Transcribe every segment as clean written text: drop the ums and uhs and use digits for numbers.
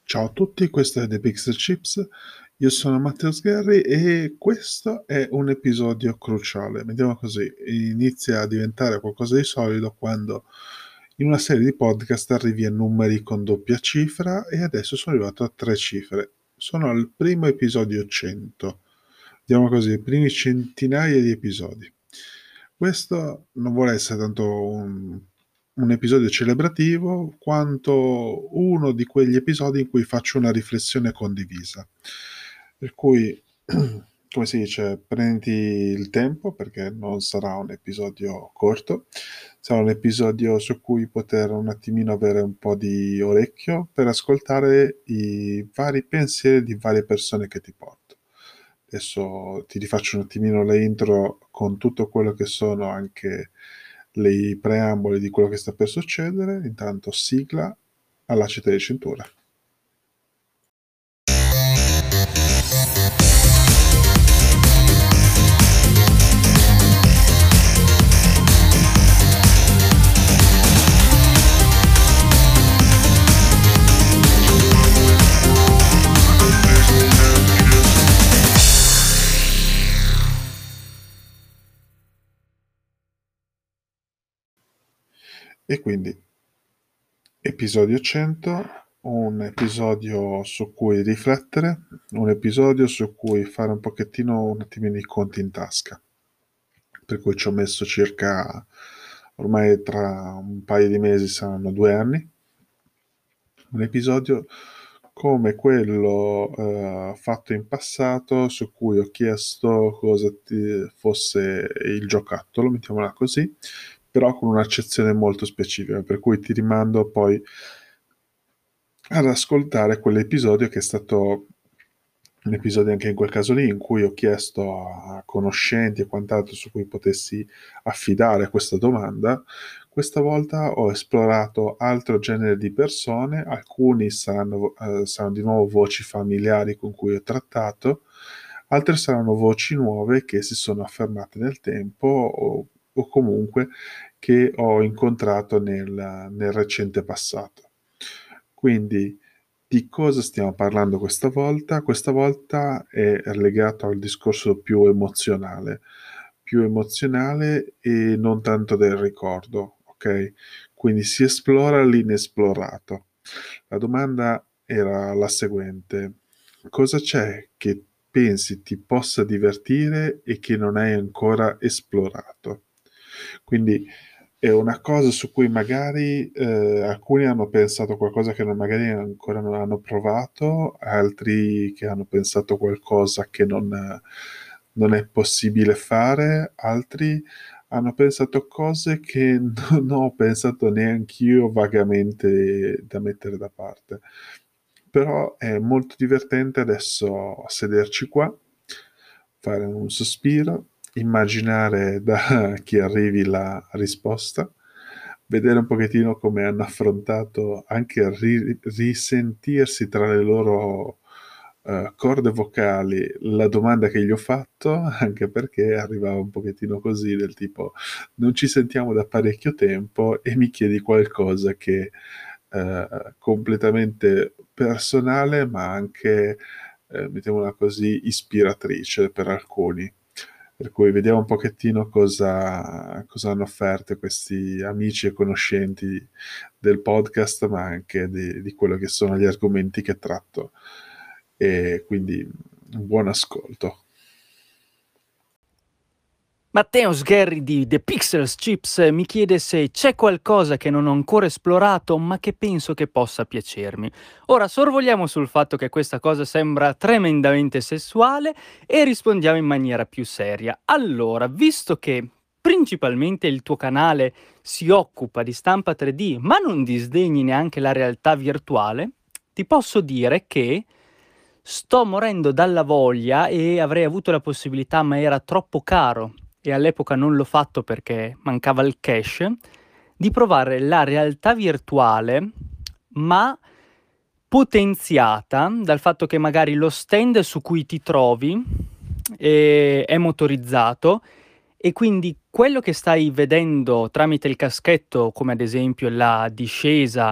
Ciao a tutti, questo è The Pixel Chips. Io sono Matteo Sgherri e questo è un episodio cruciale. Mettiamo così, inizia a diventare qualcosa di solido quando in una serie di podcast arrivi a numeri con doppia cifra e adesso sono arrivato a 3 cifre. Sono al primo episodio 100. Diciamo così, i primi centinaia di episodi. Questo non vuole essere tanto un episodio celebrativo quanto uno di quegli episodi in cui faccio una riflessione condivisa. Per cui, come si dice, prendi il tempo perché non sarà un episodio corto, sarà un episodio su cui poter un attimino avere un po' di orecchio per ascoltare i vari pensieri di varie persone che ti porto. Adesso ti rifaccio un attimino le intro con tutto quello che sono anche i preamboli di quello che sta per succedere. Intanto sigla, allacciati di cintura. E quindi episodio 100, un episodio su cui riflettere, un episodio su cui fare un attimino i conti in tasca. Per cui ci ho messo circa, ormai tra un paio di mesi saranno 2 anni, un episodio come quello fatto in passato su cui ho chiesto cosa fosse il giocattolo, mettiamola così, però con un'accezione molto specifica, per cui ti rimando poi ad ascoltare quell'episodio che è stato un episodio anche in quel caso lì in cui ho chiesto a conoscenti e quant'altro su cui potessi affidare questa domanda. Questa volta ho esplorato altro genere di persone, alcuni saranno di nuovo voci familiari con cui ho trattato, altre saranno voci nuove che si sono affermate nel tempo o comunque che ho incontrato nel recente passato. Quindi di cosa stiamo parlando questa volta? Questa volta è legato al discorso più emozionale e non tanto del ricordo, ok? Quindi si esplora l'inesplorato. La domanda era la seguente: cosa c'è che pensi ti possa divertire e che non hai ancora esplorato? Quindi è una cosa su cui magari alcuni hanno pensato qualcosa che magari ancora non hanno provato, altri che hanno pensato qualcosa che non è possibile fare, altri hanno pensato cose che non ho pensato neanch'io vagamente da mettere da parte. Però è molto divertente adesso sederci qua, fare un sospiro, immaginare da chi arrivi la risposta, vedere un pochettino come hanno affrontato anche risentirsi tra le loro corde vocali la domanda che gli ho fatto, anche perché arrivava un pochettino così, del tipo: non ci sentiamo da parecchio tempo e mi chiedi qualcosa che completamente personale, ma anche, mettiamola così, ispiratrice per alcuni. Per cui vediamo un pochettino cosa hanno offerto questi amici e conoscenti del podcast, ma anche di quello che sono gli argomenti che tratto. E quindi un buon ascolto. Matteo Sgherri di The Pixel Chips mi chiede se c'è qualcosa che non ho ancora esplorato ma che penso che possa piacermi. Ora sorvoliamo sul fatto che questa cosa sembra tremendamente sessuale e rispondiamo in maniera più seria. Allora, visto che principalmente il tuo canale si occupa di stampa 3D ma non disdegni neanche la realtà virtuale, ti posso dire che sto morendo dalla voglia e avrei avuto la possibilità ma era troppo caro e all'epoca non l'ho fatto perché mancava il cash, di provare la realtà virtuale, ma potenziata dal fatto che magari lo stand su cui ti trovi è motorizzato e quindi quello che stai vedendo tramite il caschetto, come ad esempio la discesa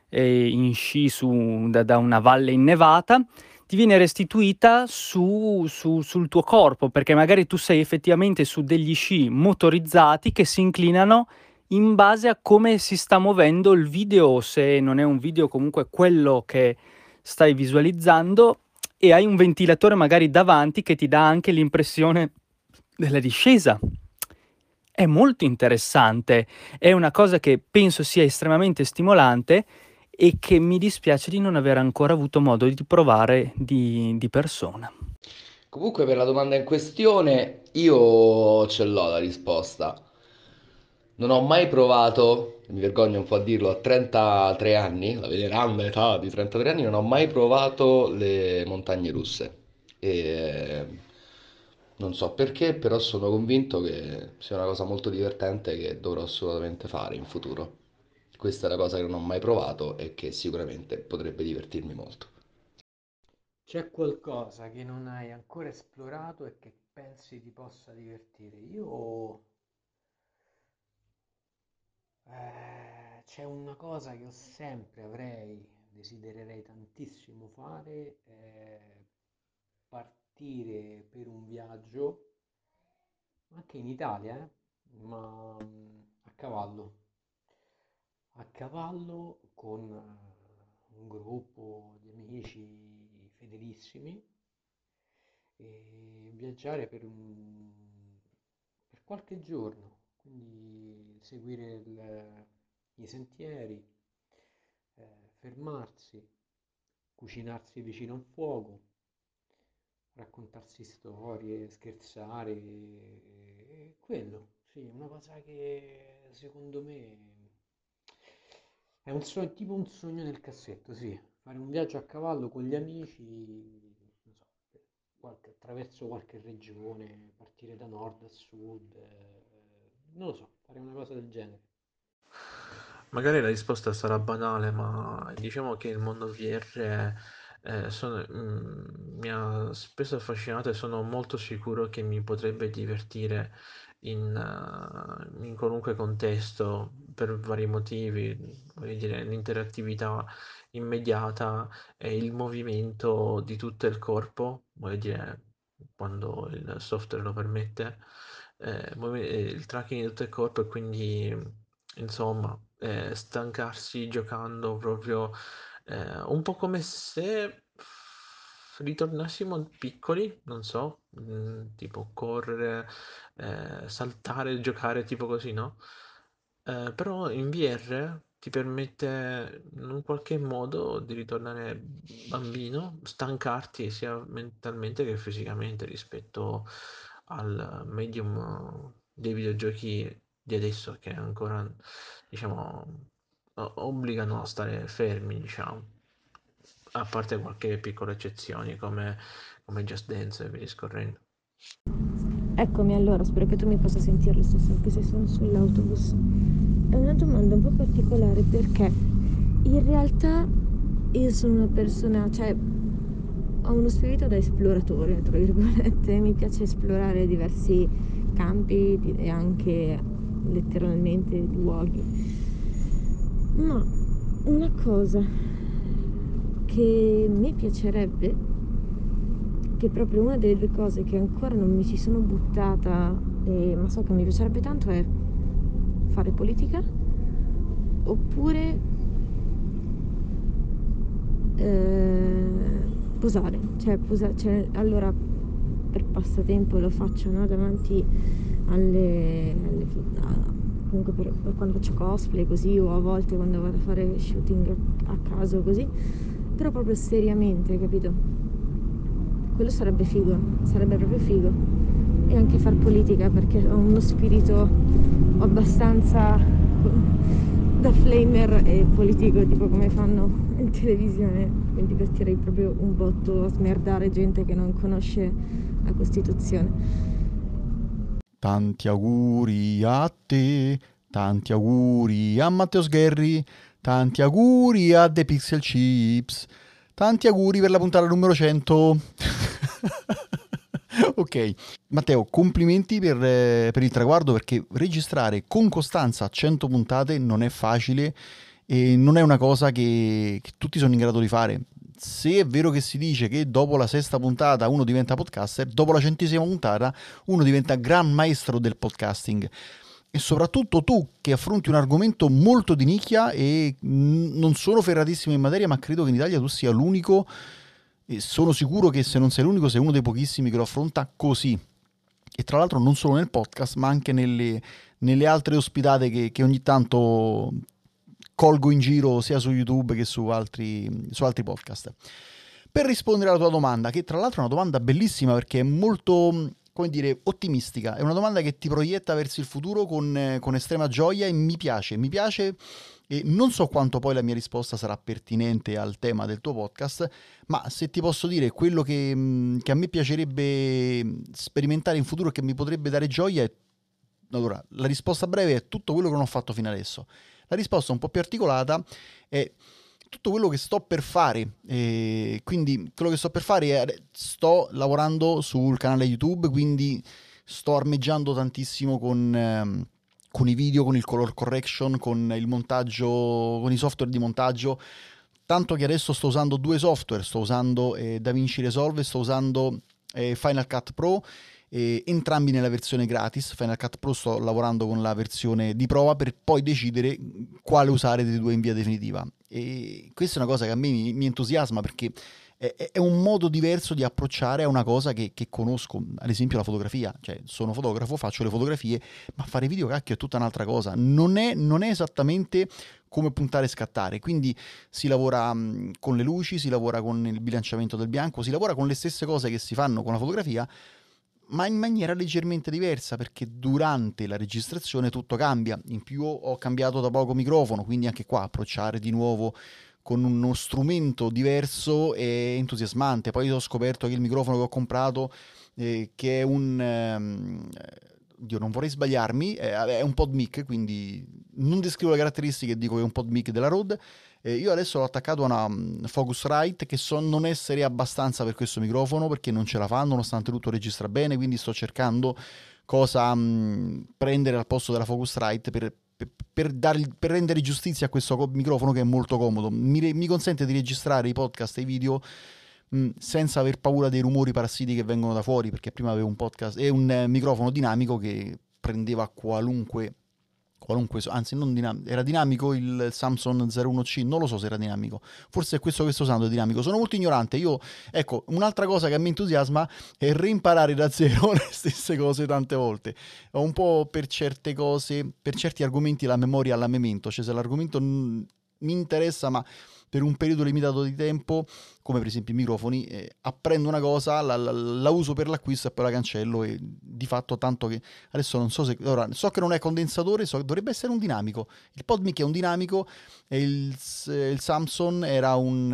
in sci da una valle innevata, ti viene restituita sul tuo corpo, perché magari tu sei effettivamente su degli sci motorizzati che si inclinano in base a come si sta muovendo il video, o se non è un video comunque quello che stai visualizzando, e hai un ventilatore magari davanti che ti dà anche l'impressione della discesa. È molto interessante, è una cosa che penso sia estremamente stimolante e che mi dispiace di non aver ancora avuto modo di provare di persona. Comunque per la domanda in questione io ce l'ho la risposta. Non ho mai provato, mi vergogno un po' a dirlo, a 33 anni, la veneranda età di 33 anni, non ho mai provato le montagne russe. E non so perché, però sono convinto che sia una cosa molto divertente che dovrò assolutamente fare in futuro. Questa è la cosa che non ho mai provato e che sicuramente potrebbe divertirmi molto. C'è qualcosa che non hai ancora esplorato e che pensi ti possa divertire? C'è una cosa che ho sempre desidererei tantissimo fare, partire per un viaggio, anche in Italia, ma a cavallo. A cavallo con un gruppo di amici fedelissimi e viaggiare per qualche giorno, quindi seguire i sentieri, fermarsi, cucinarsi vicino a un fuoco, raccontarsi storie, scherzare, quello, sì, è una cosa che secondo me è tipo un sogno nel cassetto, sì, fare un viaggio a cavallo con gli amici, non so, attraverso qualche regione, partire da nord a sud, non lo so, fare una cosa del genere. Magari la risposta sarà banale, ma diciamo che il mondo VR mi ha spesso affascinato e sono molto sicuro che mi potrebbe divertire in qualunque contesto per vari motivi, voglio dire, l'interattività immediata e il movimento di tutto il corpo, voglio dire, quando il software lo permette, il tracking di tutto il corpo e quindi insomma, stancarsi giocando proprio, un po' come se ritornassimo piccoli, non so, tipo correre, saltare, giocare, tipo così, no? Però in VR ti permette in un qualche modo di ritornare bambino, stancarti sia mentalmente che fisicamente rispetto al medium dei videogiochi di adesso che ancora, diciamo, obbligano a stare fermi, diciamo, a parte qualche piccola eccezione come Just Dance e via discorrendo. Eccomi allora, spero che tu mi possa sentire lo stesso anche se sono sull'autobus. È una domanda un po' particolare perché in realtà io sono una persona, cioè ho uno spirito da esploratore, tra virgolette, mi piace esplorare diversi campi e anche letteralmente luoghi. Ma una cosa che mi piacerebbe, che è proprio una delle due cose che ancora non mi ci sono buttata, ma so che mi piacerebbe tanto, è fare politica oppure posare. Cioè, allora per passatempo lo faccio, no? Davanti comunque per quando faccio cosplay così, o a volte quando vado a fare shooting a caso così, però proprio seriamente, capito? Quello sarebbe figo, sarebbe proprio figo. E anche far politica, perché ho uno spirito abbastanza da flamer e politico, tipo come fanno in televisione, quindi divertirei proprio un botto a smerdare gente che non conosce la Costituzione. Tanti auguri a te, tanti auguri a Matteo Sgherri, tanti auguri a The Pixel Chips, tanti auguri per la puntata numero 100. Ok, Matteo, complimenti per il traguardo, perché registrare con costanza 100 puntate non è facile e non è una cosa che tutti sono in grado di fare. Se è vero che si dice che dopo la 6ª puntata uno diventa podcaster, dopo la 100ª puntata uno diventa gran maestro del podcasting. E soprattutto tu che affronti un argomento molto di nicchia e non sono ferratissimo in materia, ma credo che in Italia tu sia l'unico, e sono sicuro che se non sei l'unico sei uno dei pochissimi che lo affronta così. E tra l'altro non solo nel podcast, ma anche nelle altre ospitate che ogni tanto colgo in giro sia su YouTube che su altri podcast. Per rispondere alla tua domanda, che tra l'altro è una domanda bellissima perché è molto, come dire, ottimistica, è una domanda che ti proietta verso il futuro con estrema gioia e mi piace, e non so quanto poi la mia risposta sarà pertinente al tema del tuo podcast, ma se ti posso dire quello che a me piacerebbe sperimentare in futuro e che mi potrebbe dare gioia è, allora, la risposta breve è tutto quello che non ho fatto fino adesso. La risposta un po' più articolata è tutto quello che sto per fare. Quindi quello che sto per fare è sto lavorando sul canale YouTube, quindi sto armeggiando tantissimo con i video, con il color correction, con il montaggio, con i software di montaggio, tanto che adesso sto usando 2 software, sto usando DaVinci Resolve e sto usando Final Cut Pro, entrambi nella versione gratis. Final Cut Pro sto lavorando con la versione di prova per poi decidere quale usare dei 2 in via definitiva, e questa è una cosa che a me mi entusiasma perché è un modo diverso di approcciare a una cosa che conosco, ad esempio la fotografia. Cioè, sono fotografo, faccio le fotografie, ma fare video, cacchio, è tutta un'altra cosa. Non è esattamente come puntare e scattare, quindi si lavora con le luci, si lavora con il bilanciamento del bianco, si lavora con le stesse cose che si fanno con la fotografia, ma in maniera leggermente diversa, perché durante la registrazione tutto cambia. In più ho cambiato da poco microfono, quindi anche qua approcciare di nuovo con uno strumento diverso è entusiasmante. Poi ho scoperto che il microfono che ho comprato, che è Dio, non vorrei sbagliarmi, è un PodMic, quindi non descrivo le caratteristiche, dico che è un PodMic della Rode. Io adesso l'ho attaccato a una Focusrite che so non essere abbastanza per questo microfono, perché non ce la fa, nonostante tutto registra bene, quindi sto cercando cosa prendere al posto della Focusrite per rendere giustizia a questo microfono che è molto comodo. Mi consente di registrare i podcast e i video senza aver paura dei rumori parassiti che vengono da fuori, perché prima avevo un podcast e un microfono dinamico che prendeva qualunque anzi non dinamico, era dinamico il Samsung 01C, non lo so se era dinamico, forse è questo che sto usando, è dinamico. Sono molto ignorante io. Ecco, un'altra cosa che mi entusiasma è reimparare da zero le stesse cose tante volte. Ho un po' per certe cose, per certi argomenti la memoria alla memento, cioè se l'argomento mi interessa ma per un periodo limitato di tempo, come per esempio i microfoni, apprendo una cosa, la uso per l'acquisto e poi la cancello, e di fatto tanto che adesso non so se... Ora, so che non è condensatore, dovrebbe essere un dinamico. Il PodMic è un dinamico e il Samsung era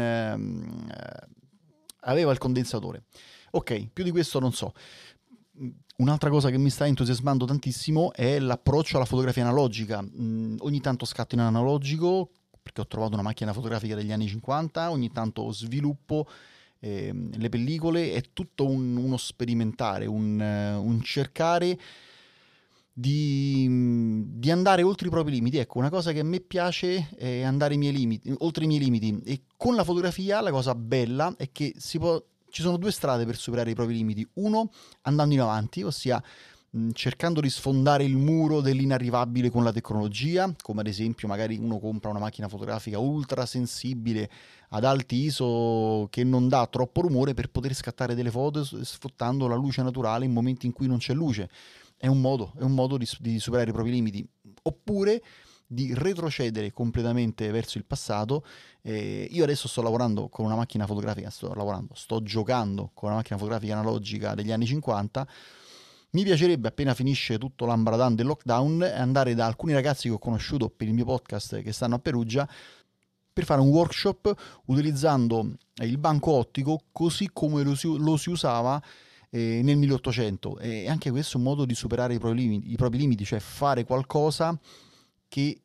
aveva il condensatore. Ok, più di questo non so. Un'altra cosa che mi sta entusiasmando tantissimo è l'approccio alla fotografia analogica. Ogni tanto scatto in analogico, perché ho trovato una macchina fotografica degli anni 50, ogni tanto sviluppo le pellicole, è tutto uno sperimentare, un cercare di andare oltre i propri limiti. Ecco, una cosa che a me piace è andare oltre i miei limiti, e con la fotografia la cosa bella è che ci sono 2 strade per superare i propri limiti. Uno, andando in avanti, ossia cercando di sfondare il muro dell'inarrivabile con la tecnologia, come ad esempio magari uno compra una macchina fotografica ultra sensibile ad alti ISO che non dà troppo rumore per poter scattare delle foto sfruttando la luce naturale in momenti in cui non c'è luce. È un modo di superare i propri limiti. Oppure di retrocedere completamente verso il passato. Io adesso sto lavorando con una macchina fotografica, sto giocando con una macchina fotografica analogica degli anni 50. Mi piacerebbe, appena finisce tutto l'ambaradan del lockdown, andare da alcuni ragazzi che ho conosciuto per il mio podcast che stanno a Perugia per fare un workshop utilizzando il banco ottico così come lo si usava nel 1800. E anche questo è un modo di superare i propri limiti, cioè fare qualcosa che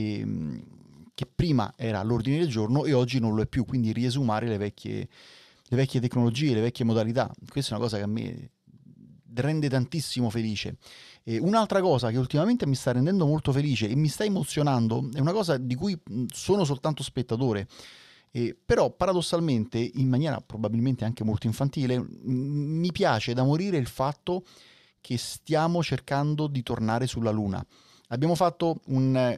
prima era all'ordine del giorno e oggi non lo è più, quindi riesumare le vecchie tecnologie, le vecchie modalità. Questa è una cosa che a me rende tantissimo felice. Un'altra cosa che ultimamente mi sta rendendo molto felice e mi sta emozionando è una cosa di cui sono soltanto spettatore. Però paradossalmente, in maniera probabilmente anche molto infantile, mi piace da morire il fatto che stiamo cercando di tornare sulla Luna. Abbiamo fatto uno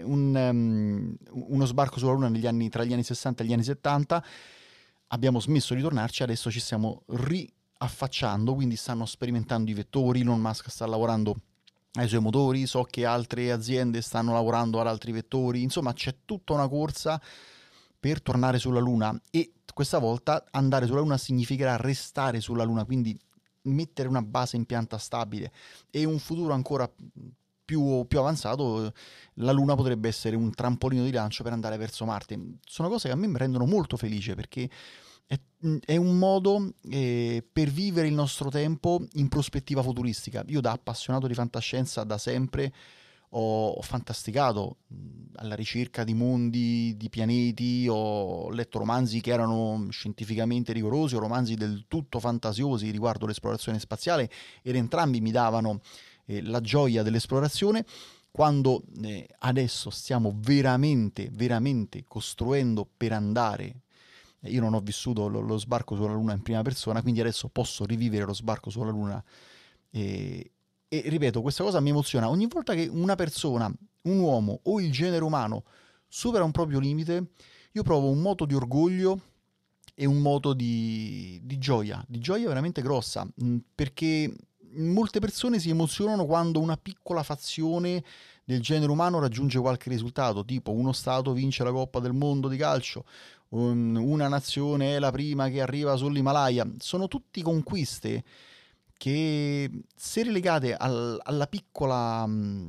sbarco sulla Luna tra gli anni 60 e gli anni 70, abbiamo smesso di tornarci, adesso ci stiamo riaffacciando, quindi stanno sperimentando i vettori, Elon Musk sta lavorando ai suoi motori, so che altre aziende stanno lavorando ad altri vettori, insomma c'è tutta una corsa per tornare sulla Luna, e questa volta andare sulla Luna significherà restare sulla Luna, quindi mettere una base in pianta stabile, e un futuro ancora più avanzato la Luna potrebbe essere un trampolino di lancio per andare verso Marte. Sono cose che a me mi rendono molto felice, perché è un modo per vivere il nostro tempo in prospettiva futuristica. Io, da appassionato di fantascienza, da sempre ho fantasticato alla ricerca di mondi, di pianeti, ho letto romanzi che erano scientificamente rigorosi o romanzi del tutto fantasiosi riguardo l'esplorazione spaziale, ed entrambi mi davano la gioia dell'esplorazione. Quando adesso stiamo veramente costruendo per andare, io non ho vissuto lo sbarco sulla Luna in prima persona, quindi adesso posso rivivere lo sbarco sulla Luna, e ripeto, questa cosa mi emoziona. Ogni volta che una persona, un uomo o il genere umano supera un proprio limite, io provo un moto di orgoglio e un moto di gioia veramente grossa, perché molte persone si emozionano quando una piccola fazione del genere umano raggiunge qualche risultato, tipo uno stato vince la Coppa del Mondo di calcio, una nazione è la prima che arriva sull'Himalaya. Sono tutti conquiste che, se relegate alla piccola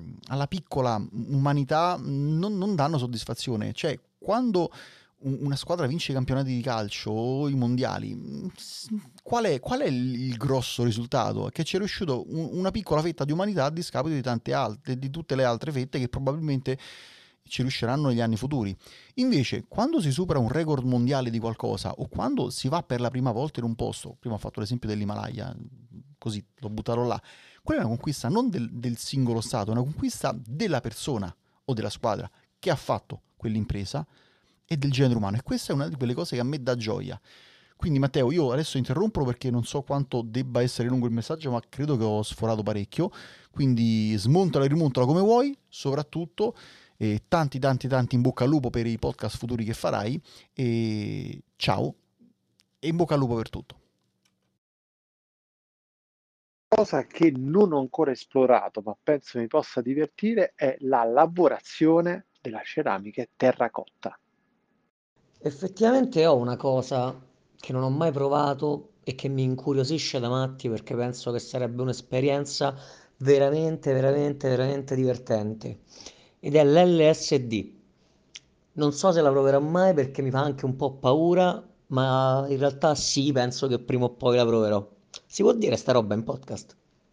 umanità, non danno soddisfazione. Cioè, quando una squadra vince i campionati di calcio o i mondiali, qual è il grosso risultato? Che ci è riuscito una piccola fetta di umanità a discapito di tante altre, di tutte le altre fette che probabilmente ci riusciranno negli anni futuri. Invece, quando si supera un record mondiale di qualcosa, o quando si va per la prima volta in un posto, prima ho fatto l'esempio dell'Himalaya, così l'ho buttato là, quella è una conquista non del singolo stato, è una conquista della persona o della squadra che ha fatto quell'impresa e del genere umano, e questa è una di quelle cose che a me dà gioia. Quindi Matteo, io adesso interrompo perché non so quanto debba essere lungo il messaggio, ma credo che ho sforato parecchio, quindi smontala e rimontala come vuoi, soprattutto, e tanti in bocca al lupo per i podcast futuri che farai, e ciao e in bocca al lupo per tutto. Cosa che non ho ancora esplorato, ma penso mi possa divertire, è la lavorazione della ceramica terracotta. Effettivamente ho una cosa che non ho mai provato e che mi incuriosisce da matti, perché penso che sarebbe un'esperienza veramente divertente, ed è l'LSD. Non so se la proverò mai perché mi fa anche un po' paura, ma in realtà sì, penso che prima o poi la proverò. Si può dire sta roba in podcast?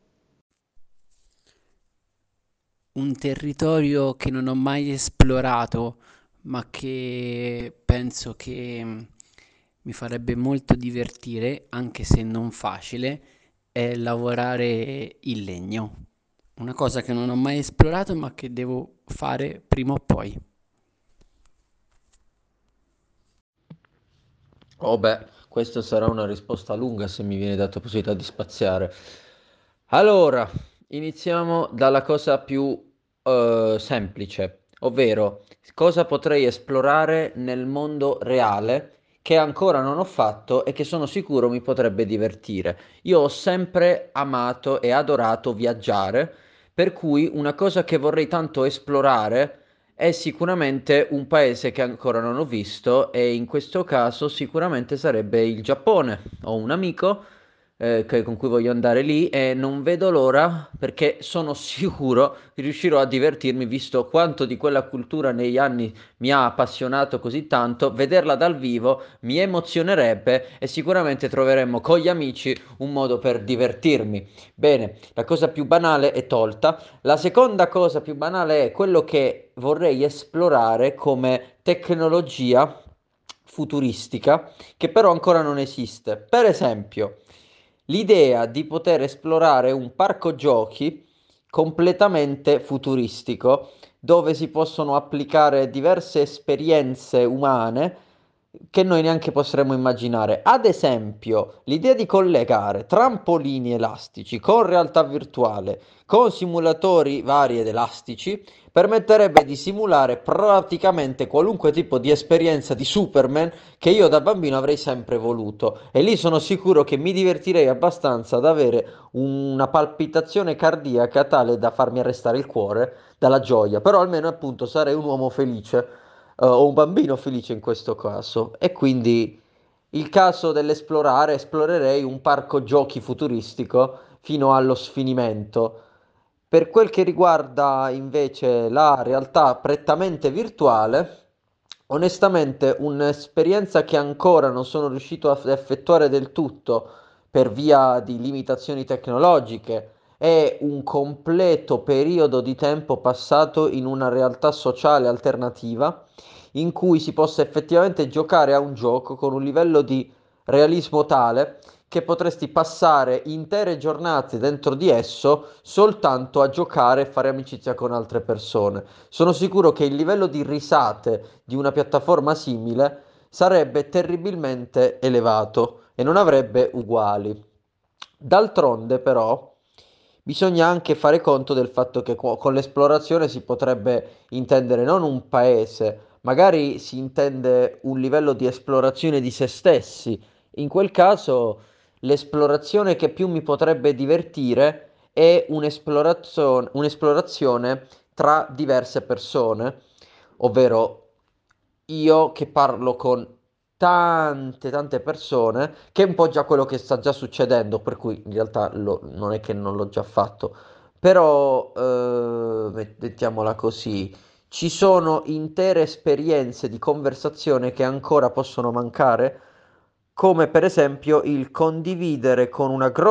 Un territorio che non ho mai esplorato, ma che penso che mi farebbe molto divertire, anche se non facile, è lavorare il legno. Una cosa che non ho mai esplorato, ma che devo fare prima o poi. Oh beh, questa sarà una risposta lunga se mi viene data possibilità di spaziare. Allora, iniziamo dalla cosa più semplice, ovvero cosa potrei esplorare nel mondo reale che ancora non ho fatto e che sono sicuro mi potrebbe divertire. Io ho sempre amato e adorato viaggiare, per cui una cosa che vorrei tanto esplorare è sicuramente un paese che ancora non ho visto, e in questo caso sicuramente sarebbe il Giappone. Ho un amico con cui voglio andare lì e non vedo l'ora, perché sono sicuro che riuscirò a divertirmi, visto quanto di quella cultura negli anni mi ha appassionato così tanto. Vederla dal vivo mi emozionerebbe e sicuramente troveremmo con gli amici un modo per divertirmi. Bene, la cosa più banale è tolta. La seconda cosa più banale è quello che vorrei esplorare come tecnologia futuristica, che però ancora non esiste. Per esempio, l'idea di poter esplorare un parco giochi completamente futuristico, dove si possono applicare diverse esperienze umane che noi neanche potremmo immaginare. Ad esempio, l'idea di collegare trampolini elastici con realtà virtuale, con simulatori vari ed elastici, permetterebbe di simulare praticamente qualunque tipo di esperienza di Superman che io da bambino avrei sempre voluto. E lì sono sicuro che mi divertirei abbastanza ad avere una palpitazione cardiaca tale da farmi arrestare il cuore dalla gioia. Però almeno appunto sarei un uomo felice, o un bambino felice in questo caso. E quindi il caso dell'esplorare, esplorerei un parco giochi futuristico fino allo sfinimento. Per quel che riguarda invece la realtà prettamente virtuale, onestamente un'esperienza che ancora non sono riuscito a effettuare del tutto per via di limitazioni tecnologiche è un completo periodo di tempo passato in una realtà sociale alternativa in cui si possa effettivamente giocare a un gioco con un livello di realismo tale che potresti passare intere giornate dentro di esso soltanto a giocare e fare amicizia con altre persone. Sono sicuro che il livello di risate di una piattaforma simile sarebbe terribilmente elevato e non avrebbe uguali. D'altronde, però, bisogna anche fare conto del fatto che con l'esplorazione si potrebbe intendere non un paese, magari si intende un livello di esplorazione di se stessi. In quel caso, l'esplorazione che più mi potrebbe divertire è un'esplorazione tra diverse persone, ovvero io che parlo con tante persone, che è un po' già quello che sta già succedendo, per cui in realtà non è che non l'ho già fatto, però mettiamola così, ci sono intere esperienze di conversazione che ancora possono mancare, come per esempio il condividere con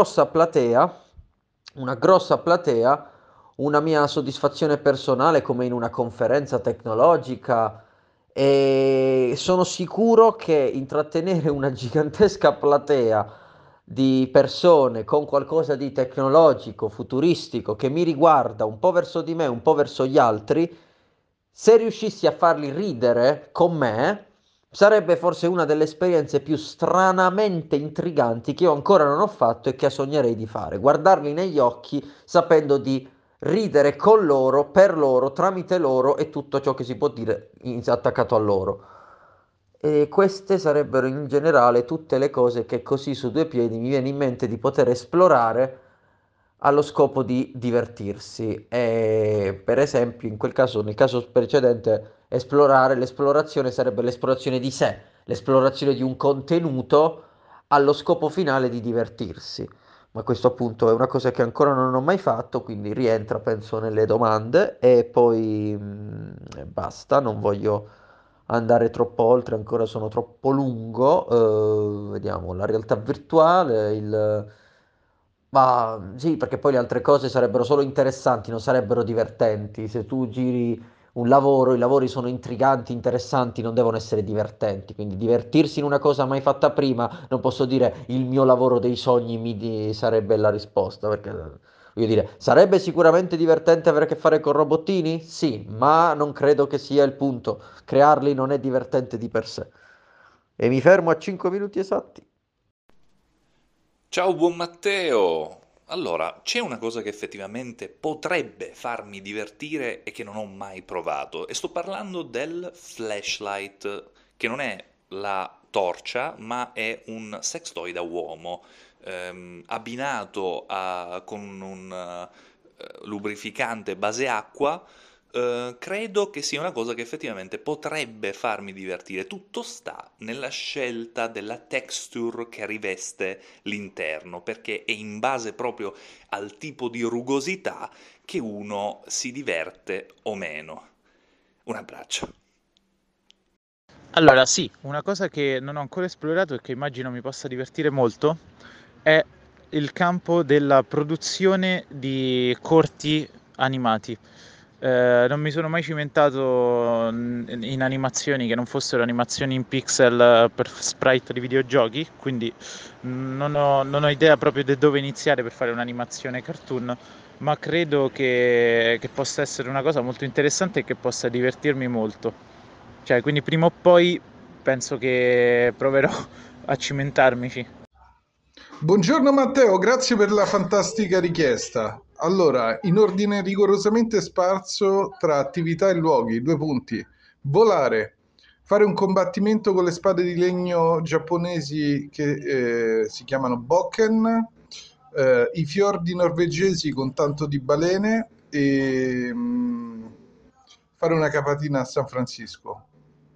una grossa platea, una mia soddisfazione personale come in una conferenza tecnologica e sono sicuro che intrattenere una gigantesca platea di persone con qualcosa di tecnologico, futuristico, che mi riguarda un po' verso di me, un po' verso gli altri, se riuscissi a farli ridere con me, sarebbe forse una delle esperienze più stranamente intriganti che io ancora non ho fatto e che sognerei di fare. Guardarli negli occhi sapendo di ridere con loro, per loro, tramite loro e tutto ciò che si può dire attaccato a loro. E queste sarebbero in generale tutte le cose che così su due piedi mi viene in mente di poter esplorare allo scopo di divertirsi. E per esempio, in quel caso, nel caso precedente, l'esplorazione sarebbe l'esplorazione di sé, l'esplorazione di un contenuto allo scopo finale di divertirsi. Ma questo appunto è una cosa che ancora non ho mai fatto, quindi rientra, penso, nelle domande e poi basta, non voglio andare troppo oltre, ancora sono troppo lungo. Vediamo, la realtà virtuale, ma sì, perché poi le altre cose sarebbero solo interessanti, non sarebbero divertenti. Se tu giri un lavoro, i lavori sono intriganti, interessanti, non devono essere divertenti. Quindi divertirsi in una cosa mai fatta prima, non posso dire il mio lavoro dei sogni sarebbe la risposta, perché voglio dire, sarebbe sicuramente divertente avere a che fare con robottini? Sì, ma non credo che sia il punto. Crearli non è divertente di per sé. E mi fermo a 5 minuti esatti. Ciao buon Matteo! Allora, c'è una cosa che effettivamente potrebbe farmi divertire e che non ho mai provato, e sto parlando del flashlight, che non è la torcia, ma è un sex toy da uomo, abbinato con un lubrificante base acqua. Credo che sia una cosa che effettivamente potrebbe farmi divertire. Tutto sta nella scelta della texture che riveste l'interno, perché è in base proprio al tipo di rugosità che uno si diverte o meno. Un abbraccio. Allora, sì, una cosa che non ho ancora esplorato e che immagino mi possa divertire molto è il campo della produzione di corti animati. Non mi sono mai cimentato in animazioni che non fossero animazioni in pixel per sprite di videogiochi, quindi non ho idea proprio di dove iniziare per fare un'animazione cartoon, ma credo che possa essere una cosa molto interessante e che possa divertirmi molto. Cioè, quindi prima o poi penso che proverò a cimentarmici. Buongiorno Matteo, grazie per la fantastica richiesta. Allora, in ordine rigorosamente sparso tra attività e luoghi, 2 punti. Volare, fare un combattimento con le spade di legno giapponesi che si chiamano Bokken, i fiordi norvegesi con tanto di balene e fare una capatina a San Francisco.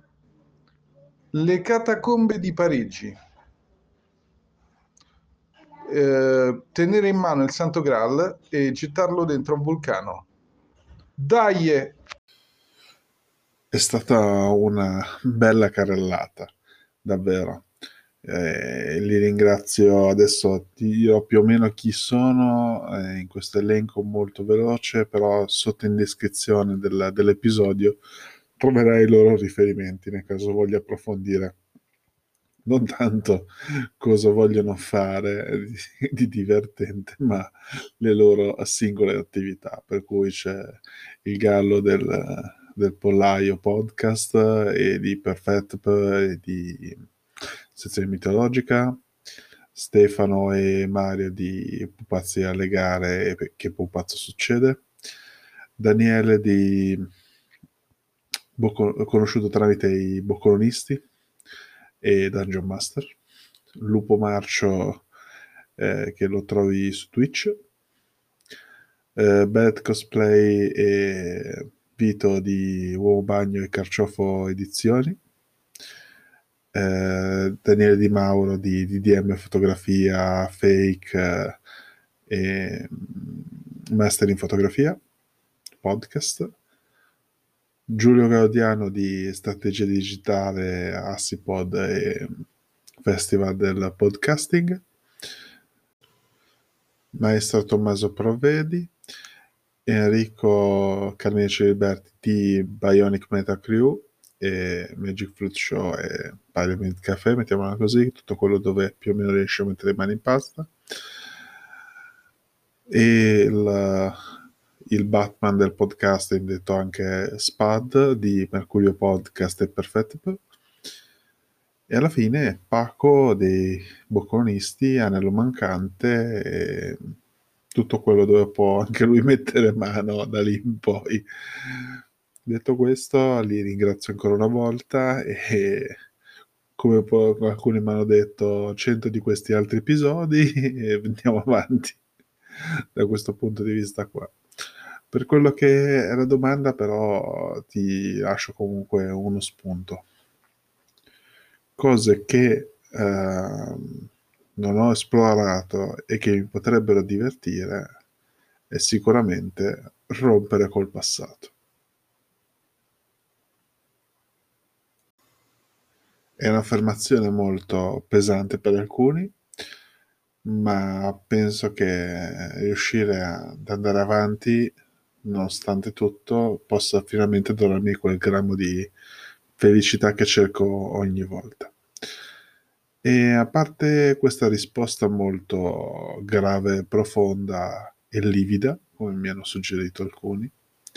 Le catacombe di Parigi. Tenere in mano il Santo Graal e gettarlo dentro un vulcano. Dai! È stata una bella carrellata, davvero. Li ringrazio. Adesso ti dirò più o meno chi sono in questo elenco molto veloce, però sotto in descrizione dell'episodio troverai i loro riferimenti nel caso voglia approfondire non tanto cosa vogliono fare di divertente, ma le loro singole attività. Per cui c'è il Gallo del Pollaio Podcast e di Perfetto e di Sezione Mitologica, Stefano e Mario di Pupazzi alle gare e Che Pupazzo succede, Daniele conosciuto tramite i Boccolonisti e Dungeon Master, Lupo Marcio che lo trovi su Twitch, Bad Cosplay e Vito di Uomo Bagno e Carciofo Edizioni, Daniele Di Mauro di DDM Fotografia Fake e Master in Fotografia Podcast, Giulio Gaudiano di Strategia Digitale Assipod e Festival del Podcasting, Maestro Tommaso Provvedi, Enrico Carnici Liberti di Bionic Metal Crew e Magic Fruit Show e Parliament Café, mettiamola così, tutto quello dove più o meno riesci a mettere le mani in pasta, e il Batman del podcasting, detto anche Spad di Mercurio Podcast e Perfetto, e alla fine Paco dei Boccolonisti, Anello Mancante e tutto quello dove può anche lui mettere mano da lì in poi. Detto questo, li ringrazio ancora una volta e come alcuni mi hanno detto 100 di questi altri episodi e andiamo avanti da questo punto di vista qua. Per quello che è la domanda, però, ti lascio comunque uno spunto. Cose che non ho esplorato e che mi potrebbero divertire è sicuramente rompere col passato. È un'affermazione molto pesante per alcuni, ma penso che riuscire ad andare avanti nonostante tutto possa finalmente donarmi quel grammo di felicità che cerco ogni volta. E a parte questa risposta molto grave, profonda e livida, come mi hanno suggerito alcuni,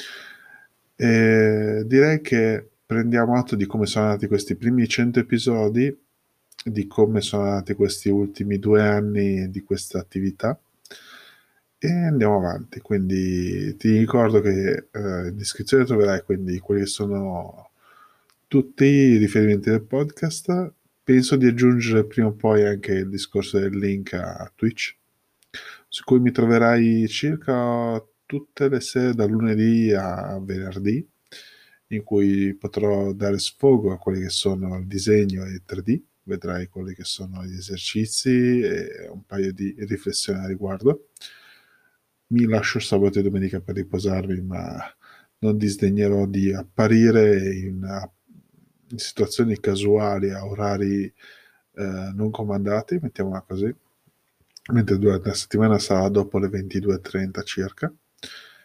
direi che prendiamo atto di come sono andati questi primi 100 episodi, di come sono andati questi ultimi 2 anni di questa attività e andiamo avanti. Quindi ti ricordo che in descrizione troverai quindi quelli che sono tutti i riferimenti del podcast. Penso di aggiungere prima o poi anche il discorso del link a Twitch, su cui mi troverai circa tutte le sere da lunedì a venerdì, in cui potrò dare sfogo a quelli che sono il disegno e il 3D, vedrai quelli che sono gli esercizi e un paio di riflessioni a riguardo. Mi lascio sabato e domenica per riposarmi, ma non disdegnerò di apparire in situazioni casuali a orari non comandati, mettiamola così, mentre durante la settimana sarà dopo le 22:30 circa,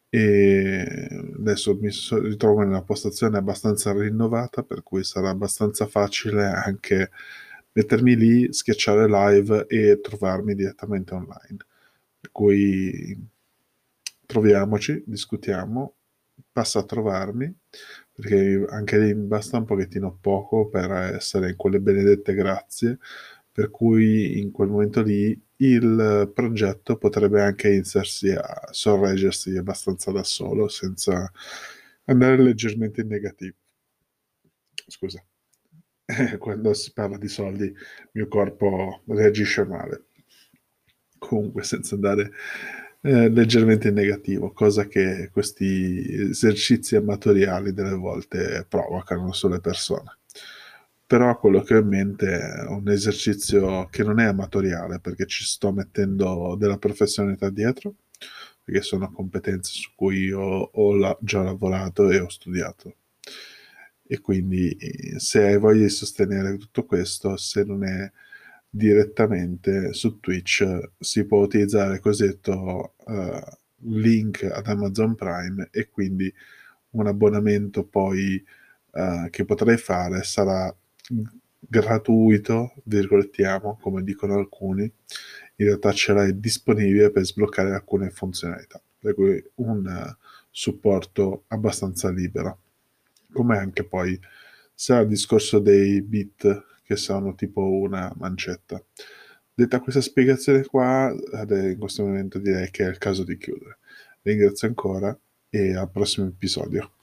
e adesso mi ritrovo in una postazione abbastanza rinnovata, per cui sarà abbastanza facile anche mettermi lì, schiacciare live e trovarmi direttamente online. Per cui troviamoci, discutiamo, passa a trovarmi, perché anche lì mi basta un pochettino poco per essere in quelle benedette grazie, per cui in quel momento lì il progetto potrebbe anche iniziarsi a sorreggersi abbastanza da solo, senza andare leggermente in negativo. Scusa, quando si parla di soldi il mio corpo reagisce male. Comunque, senza andare leggermente in negativo, cosa che questi esercizi amatoriali delle volte provocano sulle persone. Però quello che ho in mente è un esercizio che non è amatoriale, perché ci sto mettendo della professionalità dietro, perché sono competenze su cui io ho già lavorato e ho studiato. E quindi se hai voglia di sostenere tutto questo, se non è direttamente su Twitch, si può utilizzare il cosiddetto link ad Amazon Prime, e quindi un abbonamento poi che potrei fare sarà gratuito, virgolettiamo, come dicono alcuni. In realtà ce l'hai disponibile per sbloccare alcune funzionalità, per cui un supporto abbastanza libero. Come anche poi sarà il discorso dei bit, che sono tipo una mancetta. Detta questa spiegazione qua, in questo momento direi che è il caso di chiudere. Ringrazio ancora e al prossimo episodio.